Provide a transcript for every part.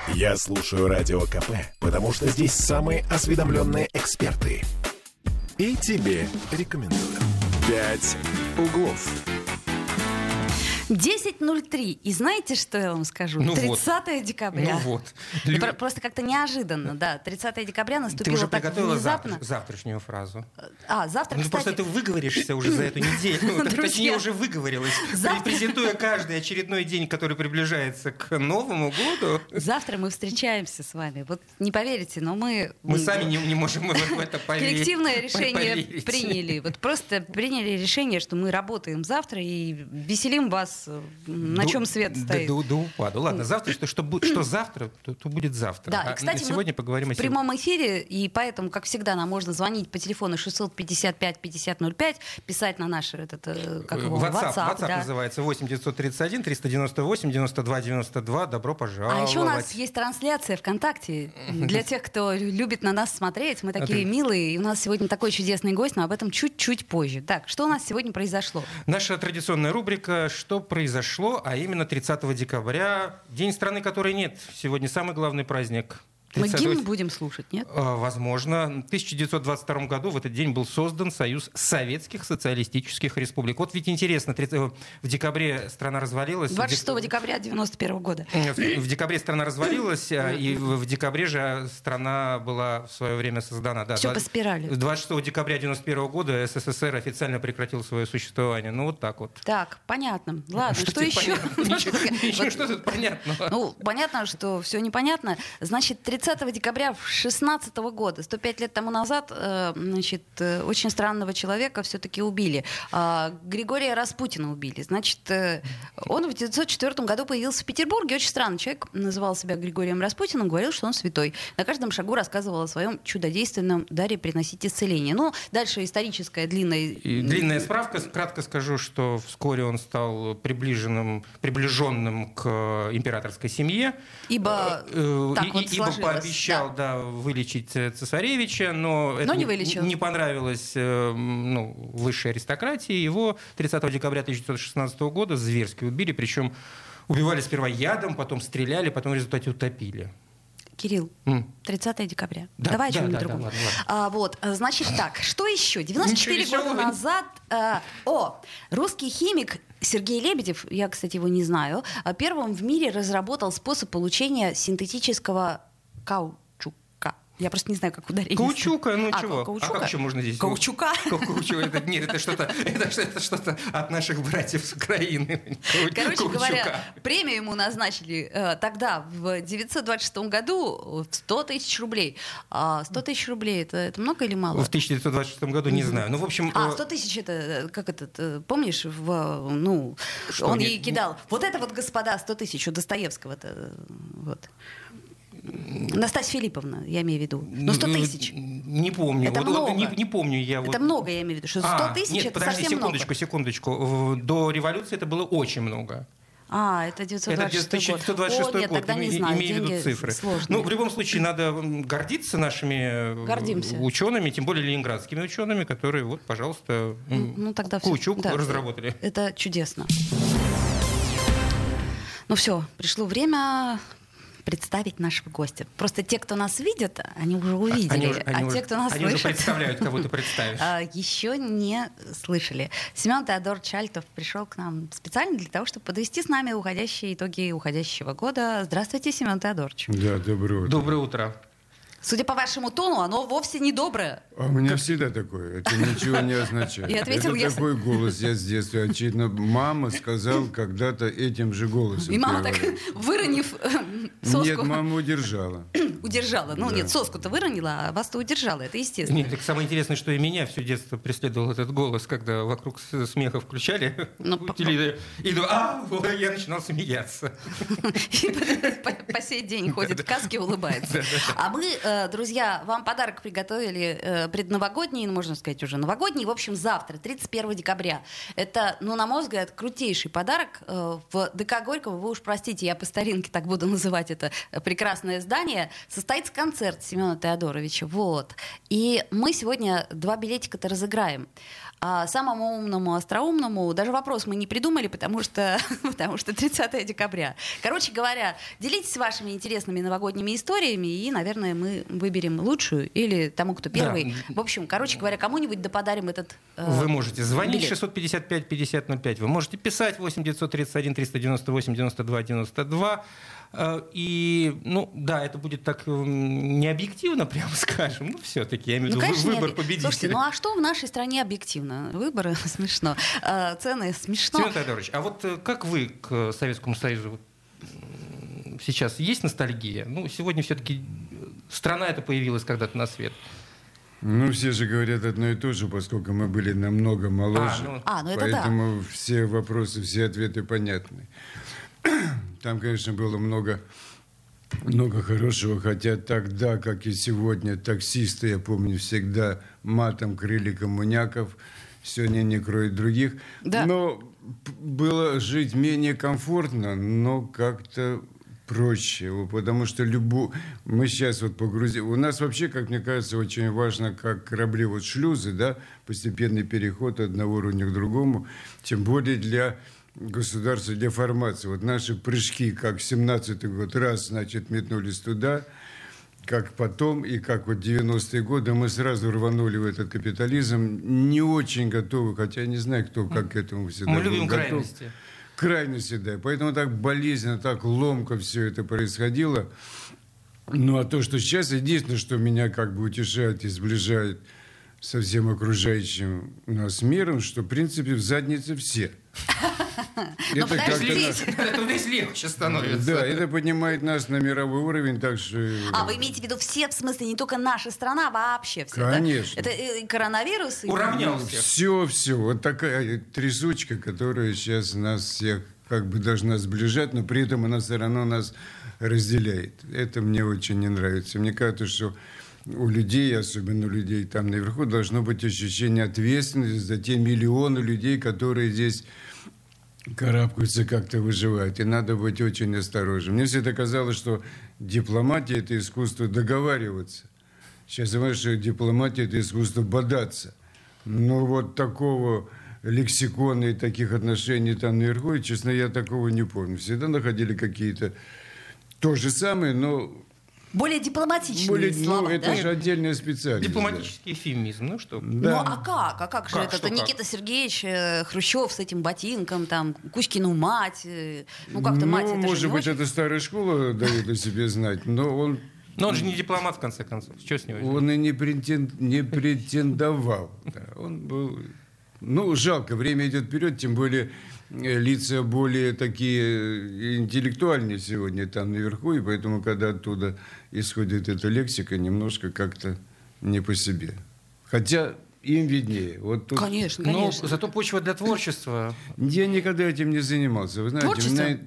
Я слушаю Радио КП, потому что здесь самые осведомленные эксперты. И тебе рекомендую. «Пять углов». 10:03. И знаете, что я вам скажу? 30 декабря. Ну вот. Просто как-то неожиданно, да. 30 декабря наступило Ты уже так приготовила внезапно. завтрашнюю фразу? Завтра, Ну, кстати... просто ты выговоришься уже за эту неделю. Точнее, уже выговорилась. Презентуя каждый очередной день, который приближается к Новому году. Завтра мы встречаемся с вами. Вот не поверите, но мы... Мы сами не можем в это поверить. Коллективное решение приняли. Вот просто приняли решение, что мы работаем завтра и веселим вас. На чем свет стоит? До упаду. Ладно, завтра, что завтра, то будет завтра. Да, и, кстати, сегодня поговорим в прямом эфире, и поэтому, как всегда, нам можно звонить по телефону 655-5005, писать на наш WhatsApp да. называется 8-931 398 92 92. Добро пожаловать. А еще у нас есть трансляция ВКонтакте. Для тех, кто любит на нас смотреть, мы такие милые, и у нас сегодня такой чудесный гость, но об этом чуть-чуть позже. Так, что у нас сегодня произошло? Наша традиционная рубрика «Что произошло?», а именно 30 декабря, день страны, которой нет. Сегодня самый главный праздник. Мы гимн будем слушать, нет? Возможно. В 1922 году в этот день был создан Союз Советских Социалистических Республик. Вот ведь интересно, в декабре страна развалилась. 26 декабря 1991 года. В декабре страна развалилась, и в декабре же страна была в свое время создана. Да, все по спирали. 26 декабря 1991 года СССР официально прекратил свое существование. Ну вот так вот. Так, понятно. Ладно, что еще? Ничего, что тут понятного? Ну, понятно, что все непонятно. Значит, 30 декабря 2016 года, 105 лет тому назад, очень странного человека все-таки убили. Григория Распутина убили. Значит, он в 1904 году появился в Петербурге. Очень странный человек. Называл себя Григорием Распутиным, говорил, что он святой. На каждом шагу рассказывал о своем чудодейственном даре приносить исцеление. Ну, дальше историческая длинная справка. Кратко скажу, что вскоре он стал приближенным к императорской семье. Ибо пообещал вылечить цесаревича, но это не понравилось высшей аристократии. Его 30 декабря 1916 года зверски убили, причем убивали сперва ядом, потом стреляли, потом в результате утопили. Кирилл, 30 декабря. Да, давай о чем-нибудь другом. Ладно. Значит так, что еще? 94 года назад русский химик Сергей Лебедев, я, кстати, его не знаю, первым в мире разработал способ получения синтетического каучука. Я просто не знаю, как ударить. Каучука, чего? Каучука? А как еще можно здесь? Каучука? Это что-то от наших братьев с Украины. Короче говоря, премию ему назначили тогда, в 1926 году, в 100 тысяч рублей. 100 тысяч рублей, это много или мало? В 1926 году не знаю. 100 тысяч, это, как это, помнишь, он ей кидал. Вот это вот, господа, 100 тысяч у Достоевского-то, вот. Настасья Филипповна, я имею в виду. 100 тысяч. Не помню. Это много. Не помню я. Это много, я имею в виду, что 100 тысяч это совсем много. Секундочку. До революции это было очень много. Это 1926 год. 1926 нет, год. Тогда не знаю. Имею в виду цифры. Сложные. В любом случае, надо гордиться нашими учеными, тем более ленинградскими учеными, которые, вот, пожалуйста, каучук разработали. Это чудесно. Ну все, пришло время представить нашего гостя. Просто те, кто нас видят, они уже увидели. Те, кто нас слышит... Они уже представляют, кого ты представишь. Еще не слышали. Семен Теодорович Альтов пришел к нам специально для того, чтобы подвести с нами уходящие итоги уходящего года. Здравствуйте, Семен Теодорович. Да, доброе утро. Доброе утро. Судя по вашему тону, оно вовсе не доброе. А у меня всегда такое. Это ничего не означает. Это такой голос. Я с детства, очевидно, мама сказала когда-то этим же голосом. И мама так, выронив соску... Нет, мама удержала. Удержала. Нет, соску-то выронила, а вас-то удержала. Это естественно. Нет, так самое интересное, что и меня все детство преследовал этот голос, когда вокруг смеха включали телевизор. И я начинал смеяться. По сей день ходит в каске, улыбается. А мы, друзья, вам подарок приготовили предновогодний, можно сказать, уже новогодний. В общем, завтра, 31 декабря. Это, на мой взгляд, крутейший подарок. В ДК Горького, вы уж простите, я по старинке так буду называть это прекрасное здание. состоится концерт Семена Теодоровича. Вот. И мы сегодня 2 билетика-то разыграем. А самому умному, остроумному даже вопрос мы не придумали, потому что 30 декабря. Короче говоря, делитесь вашими интересными новогодними историями, и, наверное, мы выберем лучшую или тому, кто первый. Да. В общем, короче говоря, кому-нибудь подарим этот Вы можете звонить билет. 655-5005. Вы можете писать 8-931-392-92. И, это будет так не объективно, прямо скажем, но все-таки, я имею в виду, выбор победителя. Слушайте, а что в нашей стране объективно? Выборы смешно, цены смешно. Семен Теодорович, а вот как вы к Советскому Союзу сейчас есть ностальгия? Сегодня все-таки страна эта появилась когда-то на свет. Все же говорят одно и то же, поскольку мы были намного моложе. Поэтому все вопросы, все ответы понятны. Там, конечно, было много хорошего, хотя тогда, как и сегодня, таксисты, я помню, всегда матом крыли коммуняков, сегодня не кроют других. Да. Но было жить менее комфортно, но как-то проще, потому что мы сейчас погрузили... У нас вообще, как мне кажется, очень важно, как корабли, шлюзы, да, постепенный переход от одного уровня к другому, тем более для государства, для формации. Наши прыжки, как 17-й год, метнулись туда, как потом, и как 90-е годы, мы сразу рванули в этот капитализм, не очень готовы, хотя я не знаю, кто как к этому всегда был готов. Мы любим крайности. Крайности, да. Поэтому так болезненно, так ломко все это происходило. А то, что сейчас, единственное, что меня утешает и сближает со всем окружающим нас миром, что, в принципе, в заднице все. Это весь легче становится. Да, это поднимает нас на мировой уровень, так что... вы имеете в виду все, в смысле, не только наша страна, а вообще все? Конечно. Да? Это и коронавирус? Уравнял всех. Все. Вот такая трясучка, которая сейчас нас всех должна сближать, но при этом она все равно нас разделяет. Это мне очень не нравится. Мне кажется, что у людей, особенно у людей там наверху, должно быть ощущение ответственности за те миллионы людей, которые здесь карабкаются, как-то выживают. И надо быть очень осторожным. Мне всегда казалось, что дипломатия – это искусство договариваться. Сейчас я знаю, что дипломатия – это искусство бодаться. Но такого лексикона и таких отношений там наверху, и, честно, я такого не помню. Всегда находили какие-то то же самое, но... Более дипломатичные слова, это же отдельная специальность. Дипломатический эвфемизм, что? Да. Как же это? Никита Сергеевич Хрущев с этим ботинком, Кузькину мать, как-то мать, это может быть, это старая школа дает о себе знать, но он... Но он же не дипломат, в конце концов. Что с него? Он и не претендовал. Он был... жалко, время идет вперед, тем более... Лица более такие интеллектуальные сегодня там наверху, и поэтому, когда оттуда исходит эта лексика, немножко как-то не по себе. Хотя им виднее. Тут... Конечно. Но зато почва для творчества. Я никогда этим не занимался. Вы знаете,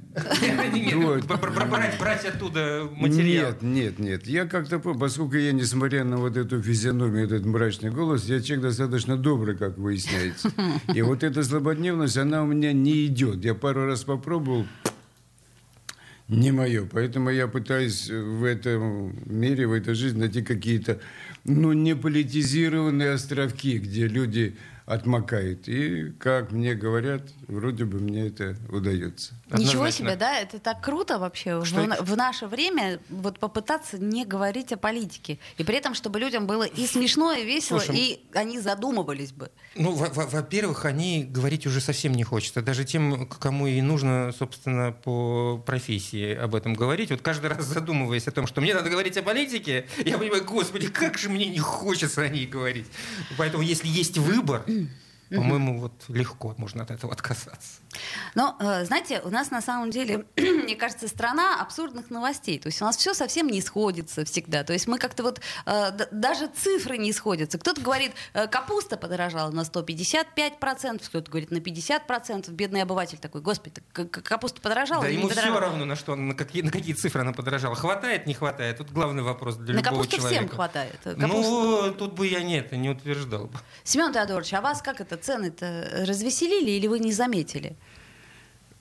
брать оттуда материал. Нет. Я как-то, поскольку я, несмотря на эту физиономию, этот мрачный голос, я человек достаточно добрый, как выясняется. И эта злободневность, она у меня не идет. Я пару раз попробовал, не мое. Поэтому я пытаюсь в этом мире, в этой жизни найти какие-то не политизированные островки, где люди отмокают. И, как мне говорят, вроде бы мне это удается. Ничего себе, да? Это так круто вообще в наше время попытаться не говорить о политике. И при этом, чтобы людям было и смешно, и весело, и они задумывались бы. Во-первых, они говорить уже совсем не хочется. Даже тем, кому и нужно, собственно, по профессии об этом говорить. Каждый раз задумываясь о том, что мне надо говорить о политике, я понимаю, господи, как же мне не хочется о ней говорить. Поэтому, если есть выбор, по-моему, легко можно от этого отказаться. Но, знаете, у нас на самом деле, мне кажется, страна абсурдных новостей. То есть у нас все совсем не сходится всегда. То есть мы как-то даже цифры не сходятся. Кто-то говорит, капуста подорожала на 155%, кто-то говорит на 50%. Бедный обыватель такой, господи, капуста подорожала? Да, ему все равно, на какие цифры она подорожала. Хватает, не хватает? Тут главный вопрос для любого человека. На капусту всем хватает. Тут бы я не утверждал бы. Семен Теодорович, а вас как это, цены-то развеселили или вы не заметили?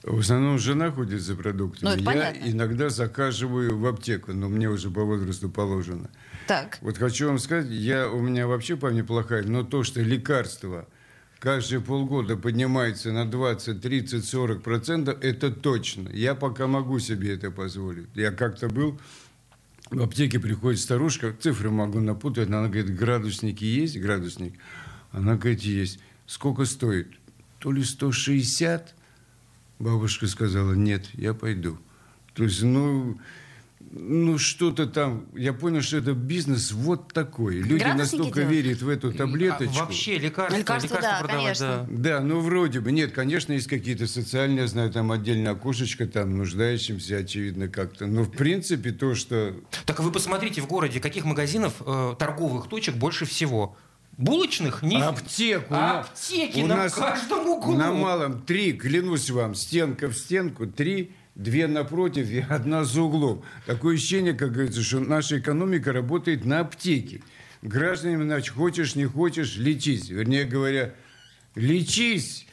В основном жена ходит за продуктами. Я понятно. иногда заказываю в аптеку, но мне уже по возрасту положено. Так. Вот хочу вам сказать, у меня вообще память плохая, но то, что лекарства каждые полгода поднимаются на 20, 30, 40%, это точно. Я пока могу себе это позволить. Я как-то был, в аптеке приходит старушка, цифры могу напутать, она говорит, градусники есть? Градусник. Она говорит, есть. Сколько стоит? То ли 160. Бабушка сказала, нет, я пойду. То есть, что-то там... Я понял, что это бизнес вот такой. Люди настолько верят в эту таблеточку. Вообще лекарства да, продавать, конечно. да. Да, вроде бы. Нет, конечно, есть какие-то социальные, я знаю, там отдельное окошечко, там, нуждающимся, очевидно, как-то. Но, в принципе, то, что... Так вы посмотрите в городе, каких магазинов, торговых точек больше всего. Булочных? Нет. Аптеку. Аптеки на каждом углу. На малом 3, клянусь вам, стенка в стенку, 3, 2 напротив и 1 за углом. Такое ощущение, как говорится, что наша экономика работает на аптеке. Гражданам, иначе хочешь, не хочешь, лечись. Вернее говоря, лечись.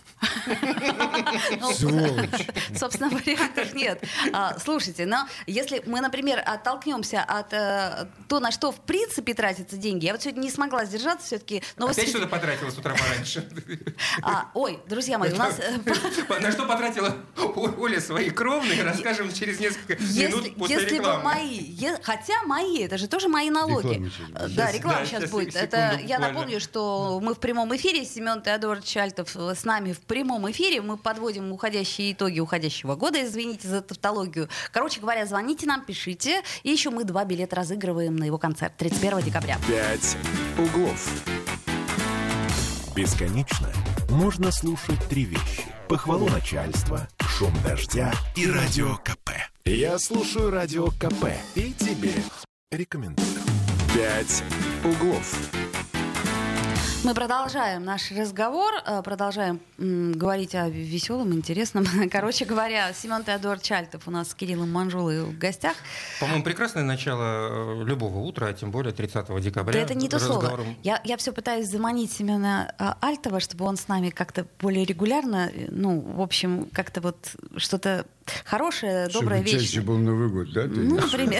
Сволочь. Собственно, вариантов нет. Слушайте, но если мы, например, оттолкнемся от то, на что в принципе тратятся деньги, я вот сегодня не смогла сдержаться все-таки. Опять что-то потратила с утра пораньше. Ой, друзья мои, у нас... На что потратила Оля свои кровные, расскажем через несколько минут после рекламы. Если бы мои, хотя мои, это же тоже мои налоги. Да, реклама сейчас будет. Я напомню, что мы в прямом эфире, Семен Теодорович Альтов с нами в прямом эфире. Мы подводим уходящие итоги уходящего года. Извините за тавтологию. Короче говоря, звоните нам, пишите. И еще мы 2 билета разыгрываем на его концерт 31 декабря. 5 углов. Бесконечно можно слушать 3 вещи. Похвалу начальства, шум дождя и радио КП. Я слушаю радио КП и тебе рекомендую. 5 углов. Мы продолжаем наш разговор, продолжаем говорить о веселом, интересном. Короче говоря, Семен Теодорович Альтов у нас с Кириллом Манжулой в гостях. По-моему, прекрасное начало любого утра, а тем более 30 декабря. Да это не то слово. Я все пытаюсь заманить Семена Альтова, чтобы он с нами как-то более регулярно, в общем, как-то вот что-то хорошее, доброе, вечное. Чтобы чаще был Новый год, да? Например.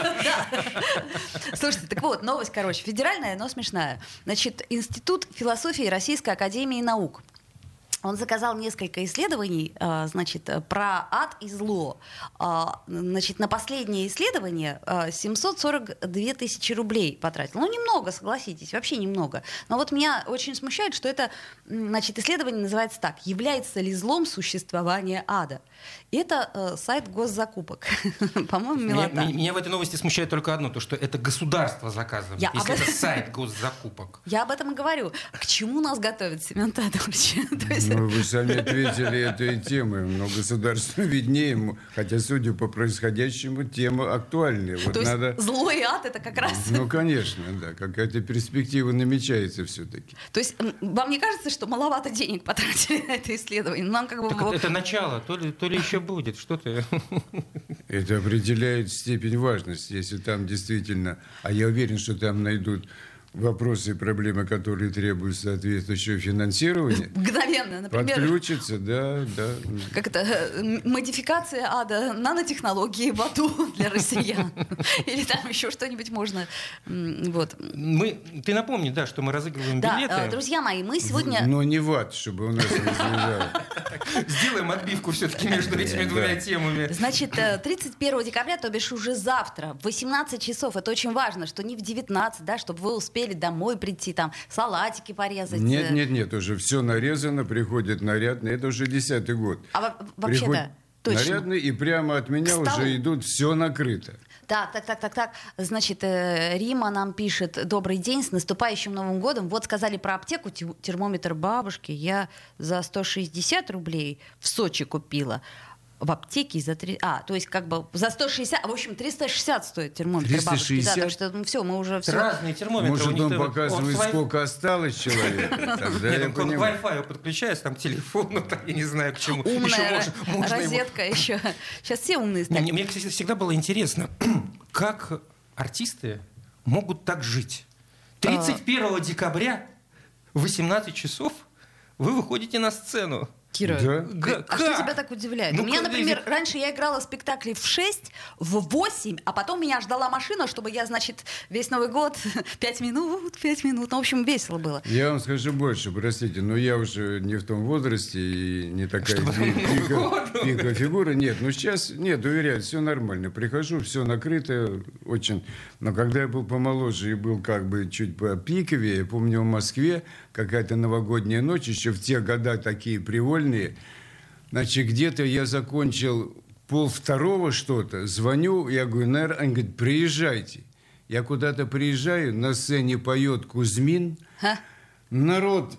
Слушайте, так вот, новость, федеральная, но смешная. Значит, Институт философии Российской академии наук. Он заказал несколько исследований, про ад и зло. На последнее исследование 742 тысячи рублей потратил. Немного, согласитесь, вообще немного. Но вот меня очень смущает, что это, исследование называется так: «Является ли злом существование ада?» И это сайт госзакупок. По-моему, милота. Меня в этой новости смущает только одно, то, что это государство заказывает, если это сайт госзакупок. Я об этом и говорю. К чему нас готовит Семен Теодорович? Вы сами ответили этой темой, но государству виднее, хотя, судя по происходящему, тема актуальная. То есть зло и ад — это как раз... Конечно, да, какая-то перспектива намечается все-таки. То есть вам не кажется, что маловато денег потратили на это исследование? Нам это начало, то ли еще будет, что ты... Это определяет степень важности, если там действительно... А я уверен, что там найдут вопросы и проблемы, которые требуют соответствующего финансирования. Мгновенно, например. Подключиться, да. Как это? Модификация ада, нанотехнологии в аду для россиян. Или там еще что-нибудь можно. Вот. Ты напомни, да, что мы разыгрываем билеты. Да, друзья мои, мы сегодня... Но не в ад, чтобы у нас не сбежало. Сделаем отбивку все-таки между этими 2 темами. Значит, 31 декабря, то бишь уже завтра, в 18 часов, это очень важно, что не в 19, да, чтобы вы успели домой прийти, там, салатики порезать. Нет, уже все нарезано, приходит нарядный, это уже 10-й год. Вообще, да, точно. Нарядный, и прямо от меня уже идут, все накрыто. Так. Значит, Рима нам пишет: добрый день, с наступающим Новым годом. Вот сказали про аптеку, термометр бабушки я за 160 рублей в Сочи купила. В аптеке за 3... то есть как бы за 160, в общем, 360 стоит термометр 360? бабушки. Да, так что все, мы уже все... Разные термометры. Может, он показывает, сколько осталось человека? Нет, он к Wi-Fi подключается, там телефон, я не знаю, к чему. Умная розетка еще. Сейчас все умные стали. Мне всегда было интересно, как артисты могут так жить. 31 декабря в 18 часов вы выходите на сцену. Кира, Да? что тебя так удивляет? У меня, например, раньше я играла спектакли в 6, в 8, а потом меня ждала машина, чтобы я, значит, весь Новый год 5 минут. Ну, в общем, весело было. Я вам скажу больше, простите, но я уже не в том возрасте и не такая пика фигура. Нет, сейчас, уверяю, все нормально. Прихожу, все накрыто очень. Но когда я был помоложе и был как бы чуть попиковее, я помню, в Москве какая-то новогодняя ночь, еще в те года такие привольные. Значит, где-то я закончил 1:30 что-то, звоню, я говорю, наверное, они говорят, приезжайте. Я куда-то приезжаю, на сцене поет Кузьмин, народ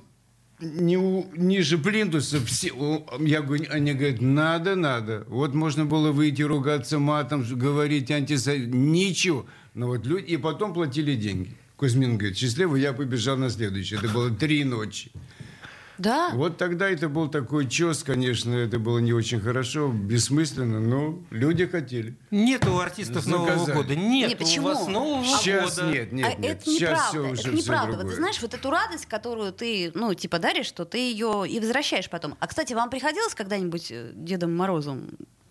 ниже плинтуса, все, я говорю, они говорят, надо. Вот можно было выйти, ругаться матом, говорить ничего. Но вот люди, и потом платили деньги. Кузьмин говорит, счастливо, я побежал на следующий. Это было 3 ночи. Да. Вот тогда это был такой чёс, конечно, это было не очень хорошо, бессмысленно, но люди хотели. Нет у артистов Нового года. Нет, почему? У вас Нового сейчас года. Нет. Это сейчас неправда. все Это неправда. Вот ты знаешь, вот эту радость, которую ты, даришь, что ты ее и возвращаешь потом. А, кстати, вам приходилось когда-нибудь Дедом Морозом?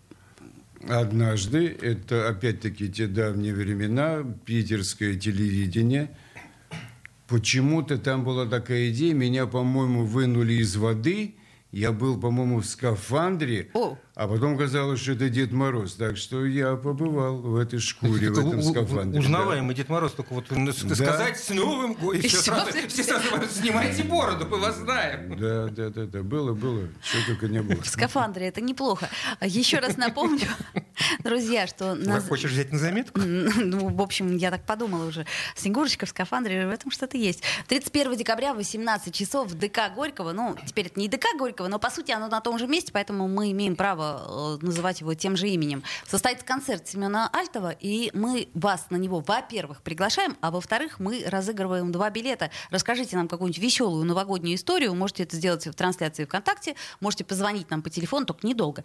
Однажды, это опять-таки те давние времена, питерское телевидение. Почему-то там была такая идея, меня, по-моему, вынули из воды, я был, по-моему, в скафандре, а потом казалось, что это Дед Мороз. Так что я побывал в этой шкуре, в этом скафандре. Узнаваемый Дед Мороз, только вот сказать с Новым годом. Все сразу снимайте бороду, мы вас знаем. Да. Было. Что только не было. В скафандре, это неплохо. Еще раз напомню, друзья, что... Хочешь взять на заметку? Ну, в общем, я так подумала уже. Снегурочка в скафандре, в этом что-то есть. 31 декабря в 18 часов в ДК Горького. Ну, теперь это не ДК Горького, но, по сути, оно на том же месте, поэтому мы имеем право называть его тем же именем. Состоится концерт Семена Альтова, и мы вас на него, во-первых, приглашаем, а во-вторых, мы разыгрываем 2 билета. Расскажите нам какую-нибудь веселую новогоднюю историю. Можете это сделать в трансляции ВКонтакте, можете позвонить нам по телефону, только недолго.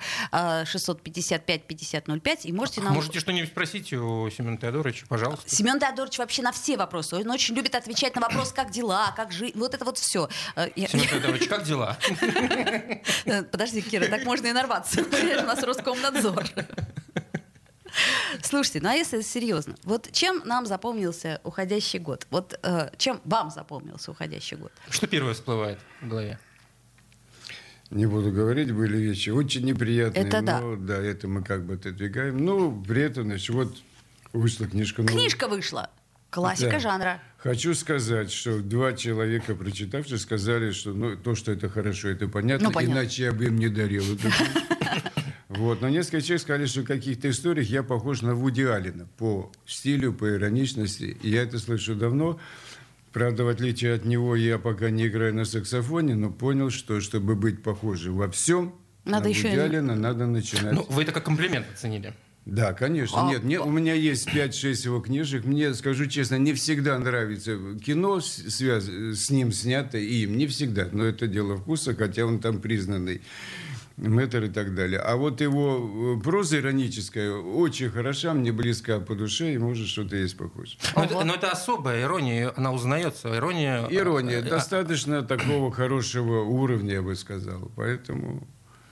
655-5005. И можете нам... Можете что-нибудь спросить у Семена Теодоровича, пожалуйста. Семен Теодорович вообще на все вопросы. Он очень любит отвечать на вопрос, как дела, как жить. Вот это вот все. Семен Теодорович, как дела? Подожди, Кира, так можно и нарваться. У нас Роскомнадзор. Слушайте, ну а если серьезно, вот чем нам запомнился уходящий год? Вот чем вам запомнился уходящий год? Что первое всплывает в голове? Не буду говорить, были вещи очень неприятные. Это но, да, это мы как бы отодвигаем. Ну, при этом, значит, вот вышла книжка. Книжка вышла. Классика жанра. Хочу сказать, что 2 человека, прочитавшие, сказали, что то, что это хорошо, это понятно. Иначе я бы им не дарил эту книжку. Вот. Но несколько человек сказали, что в каких-то историях я похож на Вуди Аллена по стилю, по ироничности. И я это слышу давно. Правда, в отличие от него, я пока не играю на саксофоне, но понял, что чтобы быть похожим во всем, надо на еще Вуди Аллена надо начинать. Ну, вы это как комплимент оценили. Да, конечно. Нет, у меня есть 5-6 его книжек. Мне, скажу честно, не всегда нравится кино, с ним снято, и им не всегда. Но это дело вкуса, хотя он там признанный мэтр и так далее. А вот его проза ироническая очень хороша, мне близка по душе, и может что-то есть похоже. Но это особая ирония, она узнается. Ирония достаточно такого хорошего уровня, я бы сказал. Поэтому...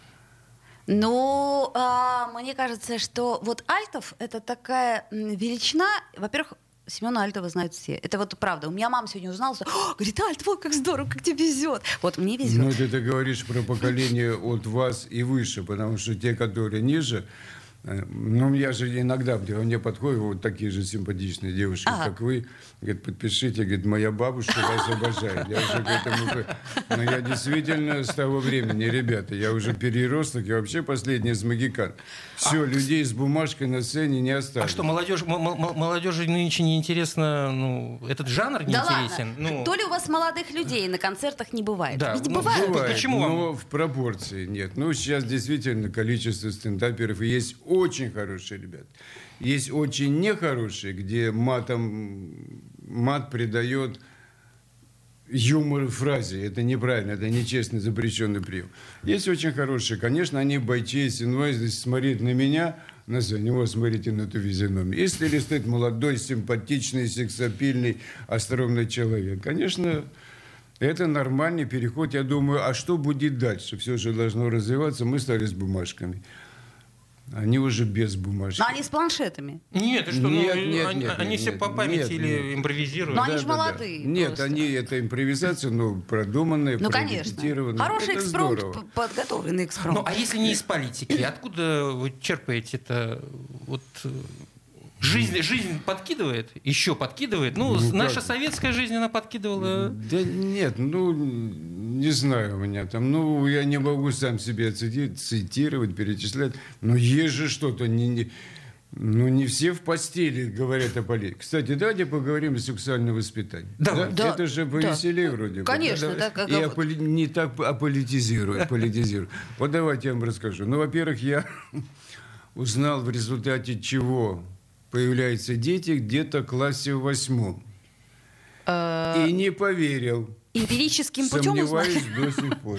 Ну, мне кажется, что вот Альтов — это такая величина, во-первых, Семена Альтова знают все. Это вот правда. У меня мама сегодня узнала, что говорит, Альтов, как здорово, как тебе везет. Вот мне везет. Ну, ты говоришь про поколение от вас и выше, потому что те, которые ниже, ну, я же иногда, мне подходят вот такие же симпатичные девушки, как вы, говорит, подпишите, говорит, моя бабушка вас обожает. Я уже к этому... Но я действительно с того времени, ребята, я уже переросток, я вообще последний из магикан. Все, людей с бумажкой на сцене не осталось. А что, молодежи нынче не интересно, этот жанр не интересен? Ну... То ли у вас молодых людей на концертах не бывает? Да, ведь бывает. Почему? Но в пропорции нет. Ну, сейчас действительно количество стендаперов, и есть очень хорошие ребята. Есть очень нехорошие, где мат придает юмор фразе. Это неправильно, это нечестный, запрещенный прием. Есть очень хорошие. Конечно, они бойчесть, но если смотреть на меня, на него смотрите на эту физиономию. Если стоит молодой, симпатичный, сексапильный, остроумный человек, конечно, Это нормальный переход. Я думаю, а что будет дальше? Все же должно развиваться. Мы стали с бумажками. Они уже без бумажки. Но они с планшетами. Нет, что, они все по памяти или импровизируют. Но они же молодые. Нет, это импровизация, но продуманная, продуманная. Хороший экспромт, подготовленный экспромт. Ну, а если не из политики, откуда вы черпаете это вот... Жизнь подкидывает, еще подкидывает. Наша советская жизнь, она подкидывала... Да нет, не знаю у меня там. Я не могу сам себя цитировать, перечислять. Но есть же что-то. Не все в постели говорят о политике. Кстати, давайте поговорим о сексуальном воспитании. Да? Это же повеселее вроде бы. Конечно. И не так аполитизирую. Вот давайте я вам расскажу. Во-первых, я узнал, в результате чего... появляются дети где-то в классе 8. И не поверил. Эмпирическим путем узнали? Сомневаюсь до сих пор.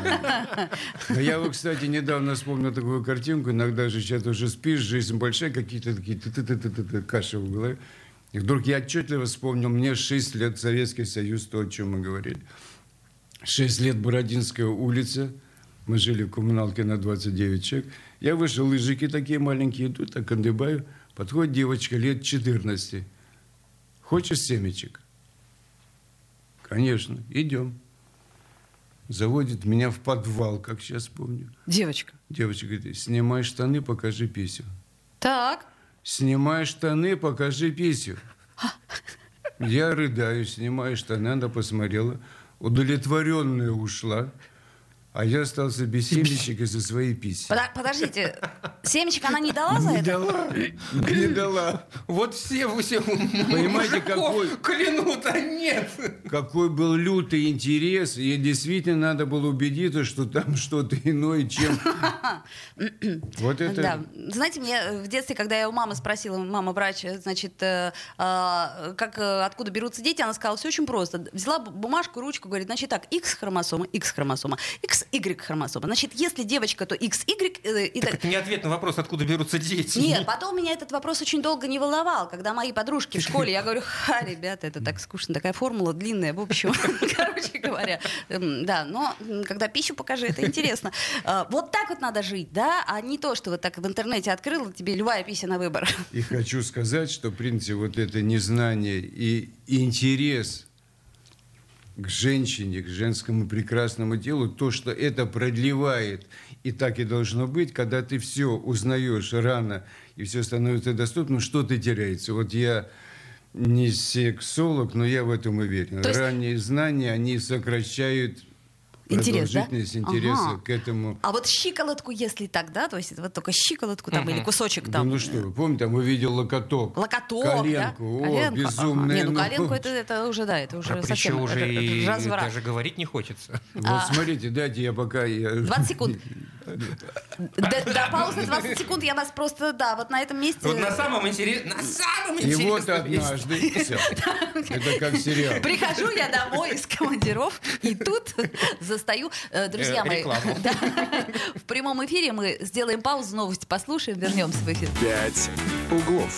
Но я, кстати, недавно вспомнил такую картинку. Иногда же сейчас уже спишь, жизнь большая, какие-то такие каши в голове. И вдруг я отчетливо вспомнил, мне 6 лет, Советский Союз, то, о чем мы говорили. 6 лет, Бородинская улица. Мы жили в коммуналке на 29 человек. Я вышел, лыжики такие маленькие идут, так кандыбаю. Подходит девочка лет 14. Хочешь семечек? Конечно, идем. Заводит меня в подвал, как сейчас помню. Девочка говорит, снимай штаны, покажи писю. Так. Снимай штаны, покажи писю. Я рыдаю, снимаю штаны, она посмотрела, удовлетворенная ушла. А я остался без семечек из-за своей писи. Подождите, семечек она не дала за это? Не дала. Вот все понимаете, какой... клянут, а нет. Какой был лютый интерес. И действительно надо было убедиться, что там что-то иное, чем... Вот это... Да. Знаете, мне в детстве, когда я у мамы спросила, мама врач, значит, откуда берутся дети, она сказала, все очень просто. Взяла бумажку, ручку, говорит, значит так, X-хромосома, Y-хромосома. Значит, если девочка, то XY... Так это не ответ на вопрос, откуда берутся дети. Нет, потом меня этот вопрос очень долго не волновал. Когда мои подружки в школе, я говорю, ребята, это так скучно, такая формула длинная, в общем, короче говоря. Да, но когда пищу покажи, это интересно. Вот так вот надо жить, да, а не то, что вот так в интернете открыла, тебе любая пища на выбор. И хочу сказать, что, в принципе, вот это незнание и интерес к женщине, к женскому прекрасному телу, то, что это продлевает, и так и должно быть, когда ты все узнаешь рано, и все становится доступным, что-то теряется. Вот я не сексолог, но я в этом уверен. Ранние знания, они сокращают продолжительность интереса к этому. А вот щиколотку, если так, да, то есть вот только щиколотку там или кусочек там. Да, что вы, помните, там увидел локоток. Коленку, да? Безумная. Коленку это уже, да, это уже совсем уже и разврат. даже говорить не хочется. Вот смотрите, дайте я пока... 20 секунд. До паузы 20 секунд я вас просто, да, вот на этом месте... Вот на самом интересном... И вот однажды... Это как сериал. Прихожу я домой из командировки, и тут застаю... Друзья мои, в прямом эфире мы сделаем паузу, новости послушаем, вернемся в эфир. 5 углов.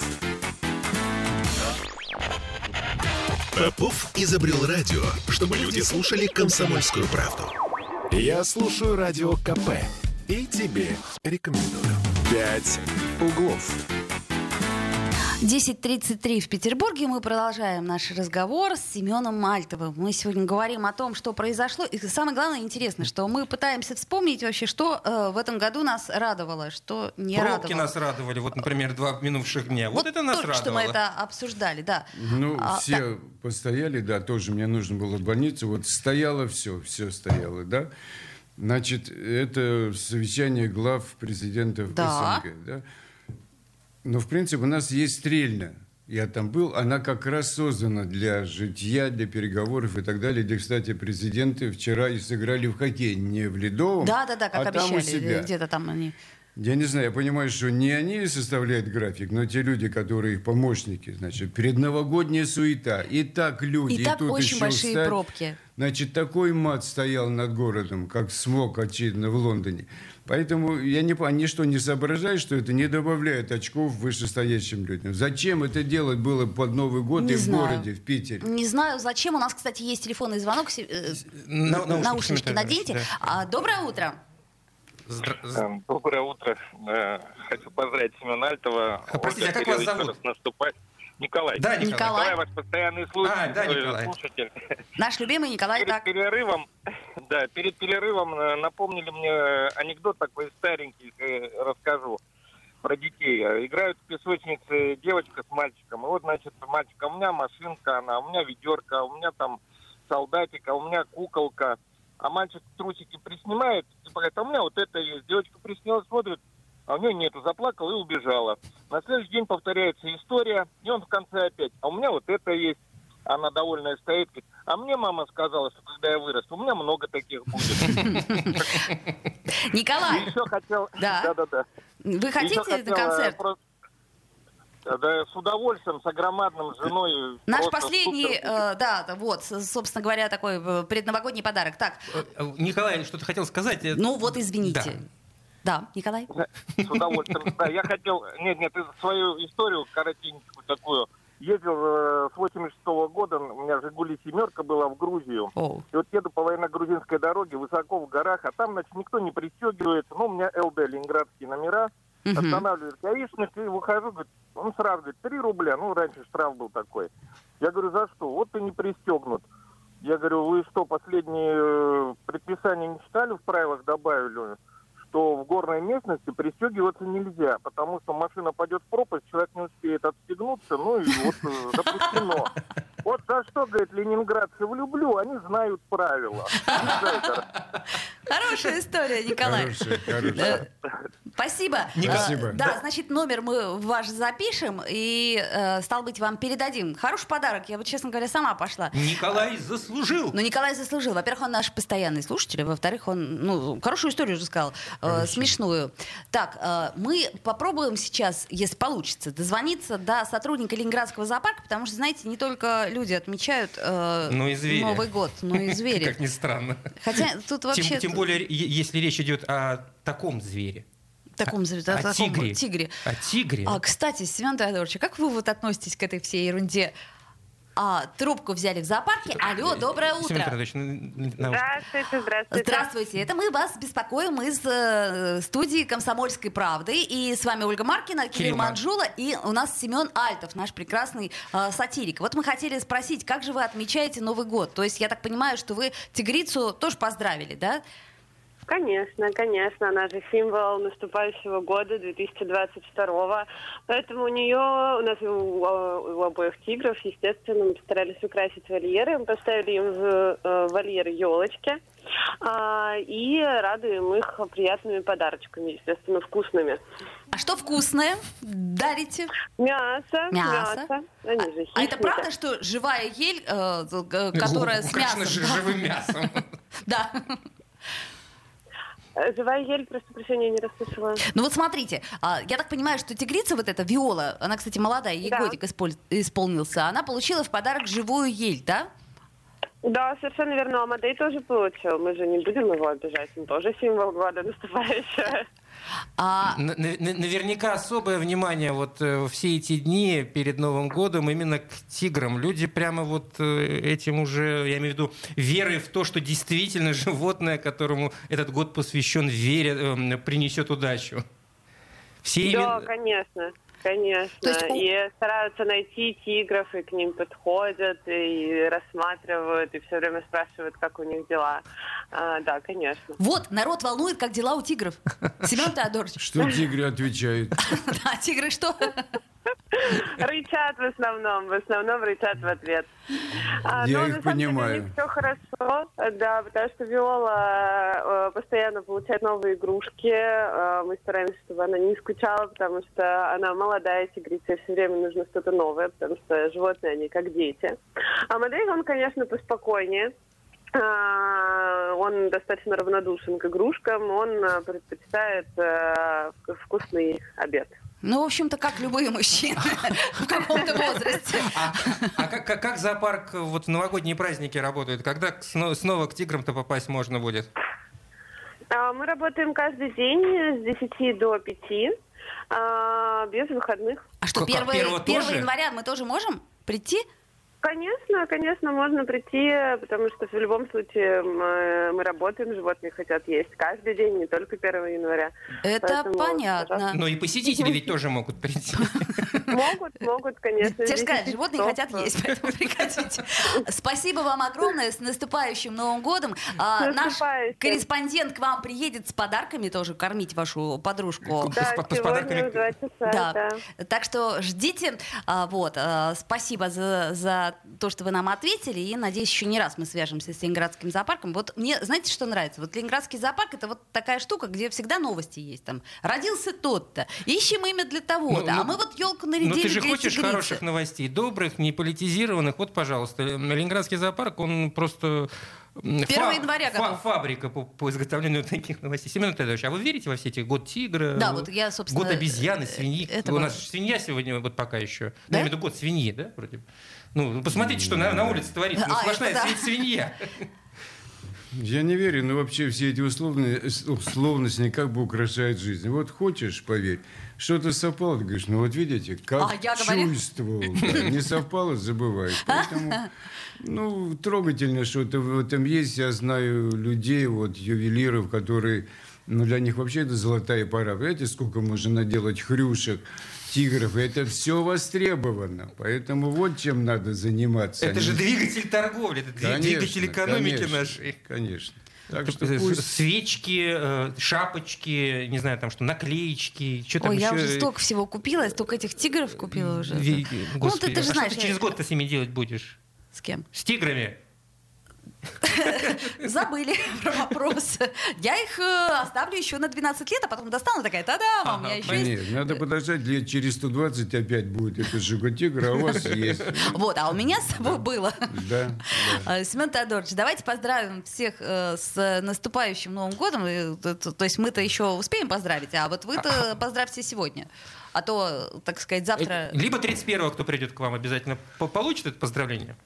Попов изобрел радио, чтобы люди слушали «Комсомольскую правду». Я слушаю радио КП и тебе рекомендую. 5 углов. 10:33 в Петербурге. Мы продолжаем наш разговор с Семеном Мальтовым. Мы сегодня говорим о том, что произошло. И самое главное, интересно, что мы пытаемся вспомнить вообще, что в этом году нас радовало, что не радовало. Пробки нас радовали. Вот, например, 2 минувших дня. Вот это нас радовало. Что мы это обсуждали, да. Все постояли, да, тоже мне нужно было в больницу. Вот стояло все стояло, да. Значит, это совещание глав президентов СНГ, да. Но, в принципе, у нас есть Стрельна. Я там был. Она как раз создана для житья, для переговоров и так далее. Где, кстати, президенты вчера и сыграли в хоккей. Не в ледовом, да, как а обещали. там у себя. Где-то там они... Я не знаю, я понимаю, что не они составляют график, но те люди, которые их помощники, значит, предновогодняя суета. И так люди, и так тут очень еще большие встать. Пробки. Значит, такой мат стоял над городом, как смог, очевидно, в Лондоне. Поэтому я не понимаю, ничто не соображаю, что это не добавляет очков вышестоящим людям. Зачем это делать было под Новый год не и знаю. в городе, в Питере? Не знаю, зачем. У нас, кстати, есть телефонный звонок. Наушнички наденьте. Да. Доброе утро. Доброе утро. Хочу поздравить Семена Альтова. Простите, а как вас зовут? Николай. Да, Николай. Николай, ваш постоянный слушатель. Наш любимый Николай. Перед перерывом напомнили мне анекдот такой старенький, расскажу про детей. Играют в песочнице девочка с мальчиком. И вот, значит, мальчик, у меня машинка, у меня ведерко, у меня там солдатик, у меня куколка. А мальчик трусики приснимает и говорит, а у меня вот это есть. Девочка приснила, смотрит, а у нее нету, заплакала и убежала. На следующий день повторяется история, и он в конце опять, а у меня вот это есть. Она довольная стоит, говорит, а мне мама сказала, что когда я вырасту, у меня много таких будет. Николай! Еще хотел... Да. Вы хотите на концерт? Да, с удовольствием, с огромадным женой. Наш последний, собственно говоря, такой предновогодний подарок. Так. Николай, что-то хотел сказать? Ну вот, извините. Да, Николай. С удовольствием. Да, я хотел... Нет, свою историю коротенькую такую. Ездил с 86-го года, у меня «Жигули семерка» была в Грузию. И вот еду по военно-грузинской дороге, высоко в горах, а там, значит, никто не пристегивается. Ну, у меня ЛД, ленинградские номера. Останавливает гаишник, и выхожу, говорит, он сразу говорит, 3 рубля. Ну, раньше штраф был такой. Я говорю, за что? Вот ты не пристегнут. Я говорю, вы что, последние предписания не читали, в правилах добавили, что в горной местности пристегиваться нельзя, потому что машина пойдет в пропасть, человек не успеет отстегнуться, ну и вот запрещено. Вот за что, говорит, ленинградцы влюблю, они знают правила. Хорошая история, Николай. Хорошая. Спасибо. Спасибо. Да, значит, номер мы ваш запишем и, стал быть, вам передадим. Хороший подарок. Я бы, честно говоря, сама пошла. Николай заслужил. Ну, Николай заслужил. Во-первых, он наш постоянный слушатель, а во-вторых, он, хорошую историю уже сказал, смешную. Так, мы попробуем сейчас, если получится, дозвониться до сотрудника Ленинградского зоопарка, потому что, знаете, не только люди отмечают Новый год, но и звери. Как ни странно. Хотя тут вообще... Тем более, если речь идет о таком звере. Таком тигре. О тигре. Кстати, Семен Теодорович, как вы вот относитесь к этой всей ерунде? Трубку взяли в зоопарке. Алло, доброе утро. Здравствуйте. Здравствуйте. Это мы вас беспокоим из студии «Комсомольской правды». И с вами Ольга Маркина, Кирилл Манжула и у нас Семен Альтов, наш прекрасный сатирик. Вот мы хотели спросить, как же вы отмечаете Новый год? То есть я так понимаю, что вы тигрицу тоже поздравили, да? Конечно. Она же символ наступающего года, 2022. Поэтому у нас у обоих тигров, естественно, мы постарались украсить вольеры. Мы поставили им в вольеры елочки. И радуем их приятными подарочками, естественно, вкусными. А что вкусное дарите? Мясо. Они же хищники. А это правда, что живая ель, которая с мясом? Конечно же, живым мясом. Да. Живая ель, просто прощения не расслышала. Ну вот смотрите, я так понимаю, что тигрица вот эта, Виола, она, кстати, молодая, ей годик исполнился, она получила в подарок живую ель, да? Да, совершенно верно. Амадей тоже получил. Мы же не будем его обижать. Он тоже символ года наступающего. Наверняка особое внимание вот все эти дни перед Новым годом именно к тиграм. Люди прямо вот этим уже, я имею в виду, верой в то, что действительно животное, которому этот год посвящен, принесет удачу. Да, конечно. То есть... И стараются найти тигров, и к ним подходят, и рассматривают, и все время спрашивают, как у них дела. Да, конечно. Вот, народ волнует, как дела у тигров. Семен Теодорович. Что тигры отвечают? Да, тигры что? Рычат в основном рычат в ответ. Я их понимаю. У них все хорошо, да, потому что Виола постоянно получает новые игрушки. Мы стараемся, чтобы она не скучала, потому что она молодая тигрица, и все время нужно что-то новое, потому что животные, они как дети. А Амадей, он, конечно, поспокойнее. Он достаточно равнодушен к игрушкам, он предпочитает вкусный обед. Ну, в общем-то, как любые мужчины в каком-то возрасте. А как зоопарк вот в новогодние праздники работает? Когда снова к тиграм-то попасть можно будет? Мы работаем каждый день с 10 до 5, без выходных. А что, 1 января мы тоже можем прийти? Конечно, можно прийти, потому что в любом случае мы работаем, животные хотят есть каждый день, не только 1 января. Это поэтому, понятно. Пожалуйста. Но и посетители ведь тоже могут прийти. Могут, конечно. Те же сказать, животные хотят есть, поэтому приходите. Спасибо вам огромное, с наступающим Новым годом. Наш корреспондент к вам приедет с подарками тоже, кормить вашу подружку. Да, сегодня в 2 часа. Да. Так что ждите. Спасибо за то, что вы нам ответили, и, надеюсь, еще не раз мы свяжемся с Ленинградским зоопарком. Вот мне, знаете, что нравится? Вот Ленинградский зоопарк — это вот такая штука, где всегда новости есть. Там родился тот-то, ищем имя для того-то, а мы вот елку нарядили. Ну ты же хочешь хороших новостей, добрых, не политизированных. Вот, пожалуйста, Ленинградский зоопарк, он просто... 1 января готов. Фабрика по изготовлению таких новостей. Семен Анатольевич, а вы верите во все эти год тигра, да, вот я, собственно, год обезьяны, свиньи? У нас свинья сегодня вот пока еще. Да? Я имею в виду год свиньи, да, вроде? Ну, посмотрите, что на улице творится. Сплошная свинья. Я не верю, но вообще все эти условности как бы украшают жизнь. Вот хочешь, поверь, что-то совпало, ты говоришь, ну вот видите, как чувствовал. Не совпало, забывай. Поэтому, трогательно что-то в этом есть. Я знаю людей, вот ювелиров, которые, для них вообще это золотая пора. Понимаете, сколько можно наделать хрюшек, тигров, и это все востребовано. Поэтому вот чем надо заниматься. Это же двигатель торговли, это двигатель экономики нашей. Конечно. Так что свечки, шапочки, не знаю, там что, наклеечки, что там еще. Я уже столько всего купила, столько этих тигров купила уже. Господи, ты же знаешь, что ты через год-то с ними делать будешь? С кем? С тиграми. Забыли про вопрос. Я их оставлю еще на 12 лет, а потом достану, такая, та-дам, у меня еще есть. Нет, надо подождать, лет через 120 опять будет это Жигутигр, а у вас есть. Вот, а у меня с собой было. Да. Семен Теодорович, давайте поздравим всех с наступающим Новым годом. То есть мы-то еще успеем поздравить, а вот вы-то поздравьте сегодня. А то, так сказать, завтра... Либо 31-го, кто придет к вам, обязательно получит это поздравление.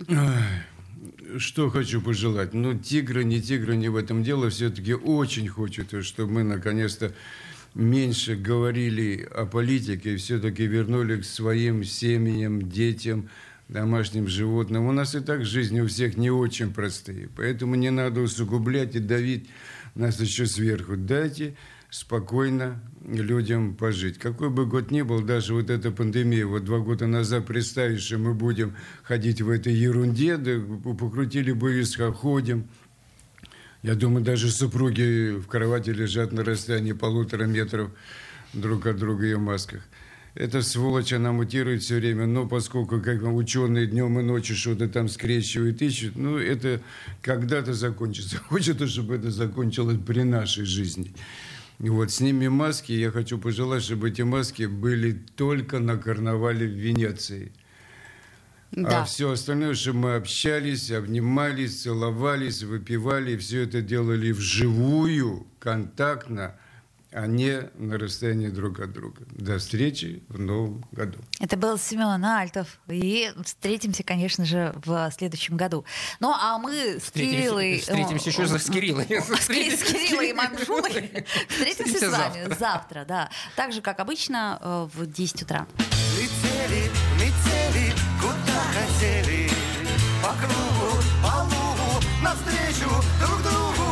Что хочу пожелать? Тигры, не в этом дело. Все-таки очень хочется, чтобы мы наконец-то меньше говорили о политике и все-таки вернули к своим семьям, детям, домашним животным. У нас и так жизнь у всех не очень простые. Поэтому не надо усугублять и давить нас еще сверху. Дайте спокойно людям пожить. Какой бы год ни был, даже вот эта пандемия, 2 года назад представить, что мы будем ходить в этой ерунде, да покрутили бы виска, ходим. Я думаю, даже супруги в кровати лежат на расстоянии 1,5 метров друг от друга и в масках. Эта сволочь, она мутирует все время, но поскольку как ученые днем и ночью что-то там скрещивают, ищут, это когда-то закончится. Хочется, чтобы это закончилось при нашей жизни. Вот, снимем маски. Я хочу пожелать, чтобы эти маски были только на карнавале в Венеции. Да. А все остальное, что мы общались, обнимались, целовались, выпивали, все это делали вживую, контактно, а не на расстоянии друг от друга. До встречи в Новом году. Это был Семен Альтов. И встретимся, конечно же, в следующем году. Ну, а мы с Кириллой... Встретимся еще с Кириллой. С Кириллой и Манжулой. Встретимся с вами завтра, да. Так же, как обычно, в 10 утра. Летели, куда хотели, по кругу, по лугу, навстречу друг другу.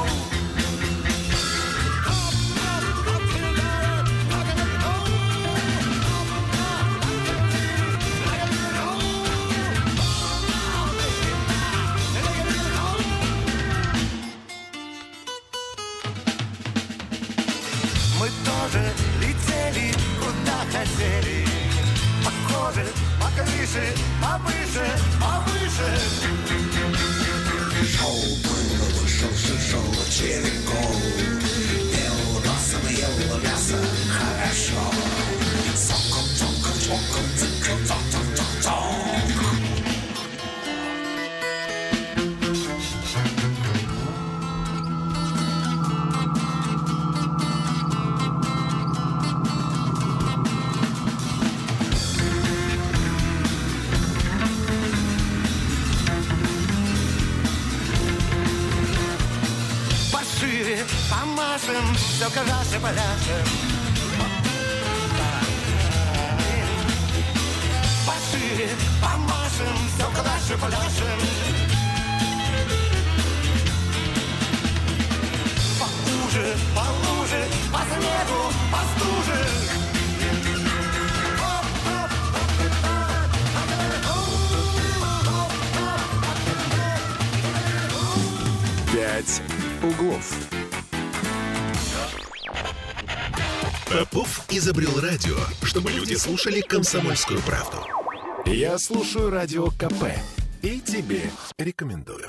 Мы тоже летели, куда хотели, по коже, по крыше, повыше, повыше. Шоу было, вышел, шел через гол. Ел росом, ел мясо, хорошо. Соком, цоком, чоком, циком, цок, цок, цок, цок. помашем, все калаши поляшем. Пошире помашем, все калаши поляшем. Поуже, полуже, по снегу, по стуже. «Пять углов». Попов изобрел радио, чтобы люди слушали «Комсомольскую правду». Я слушаю Радио КП и тебе рекомендую.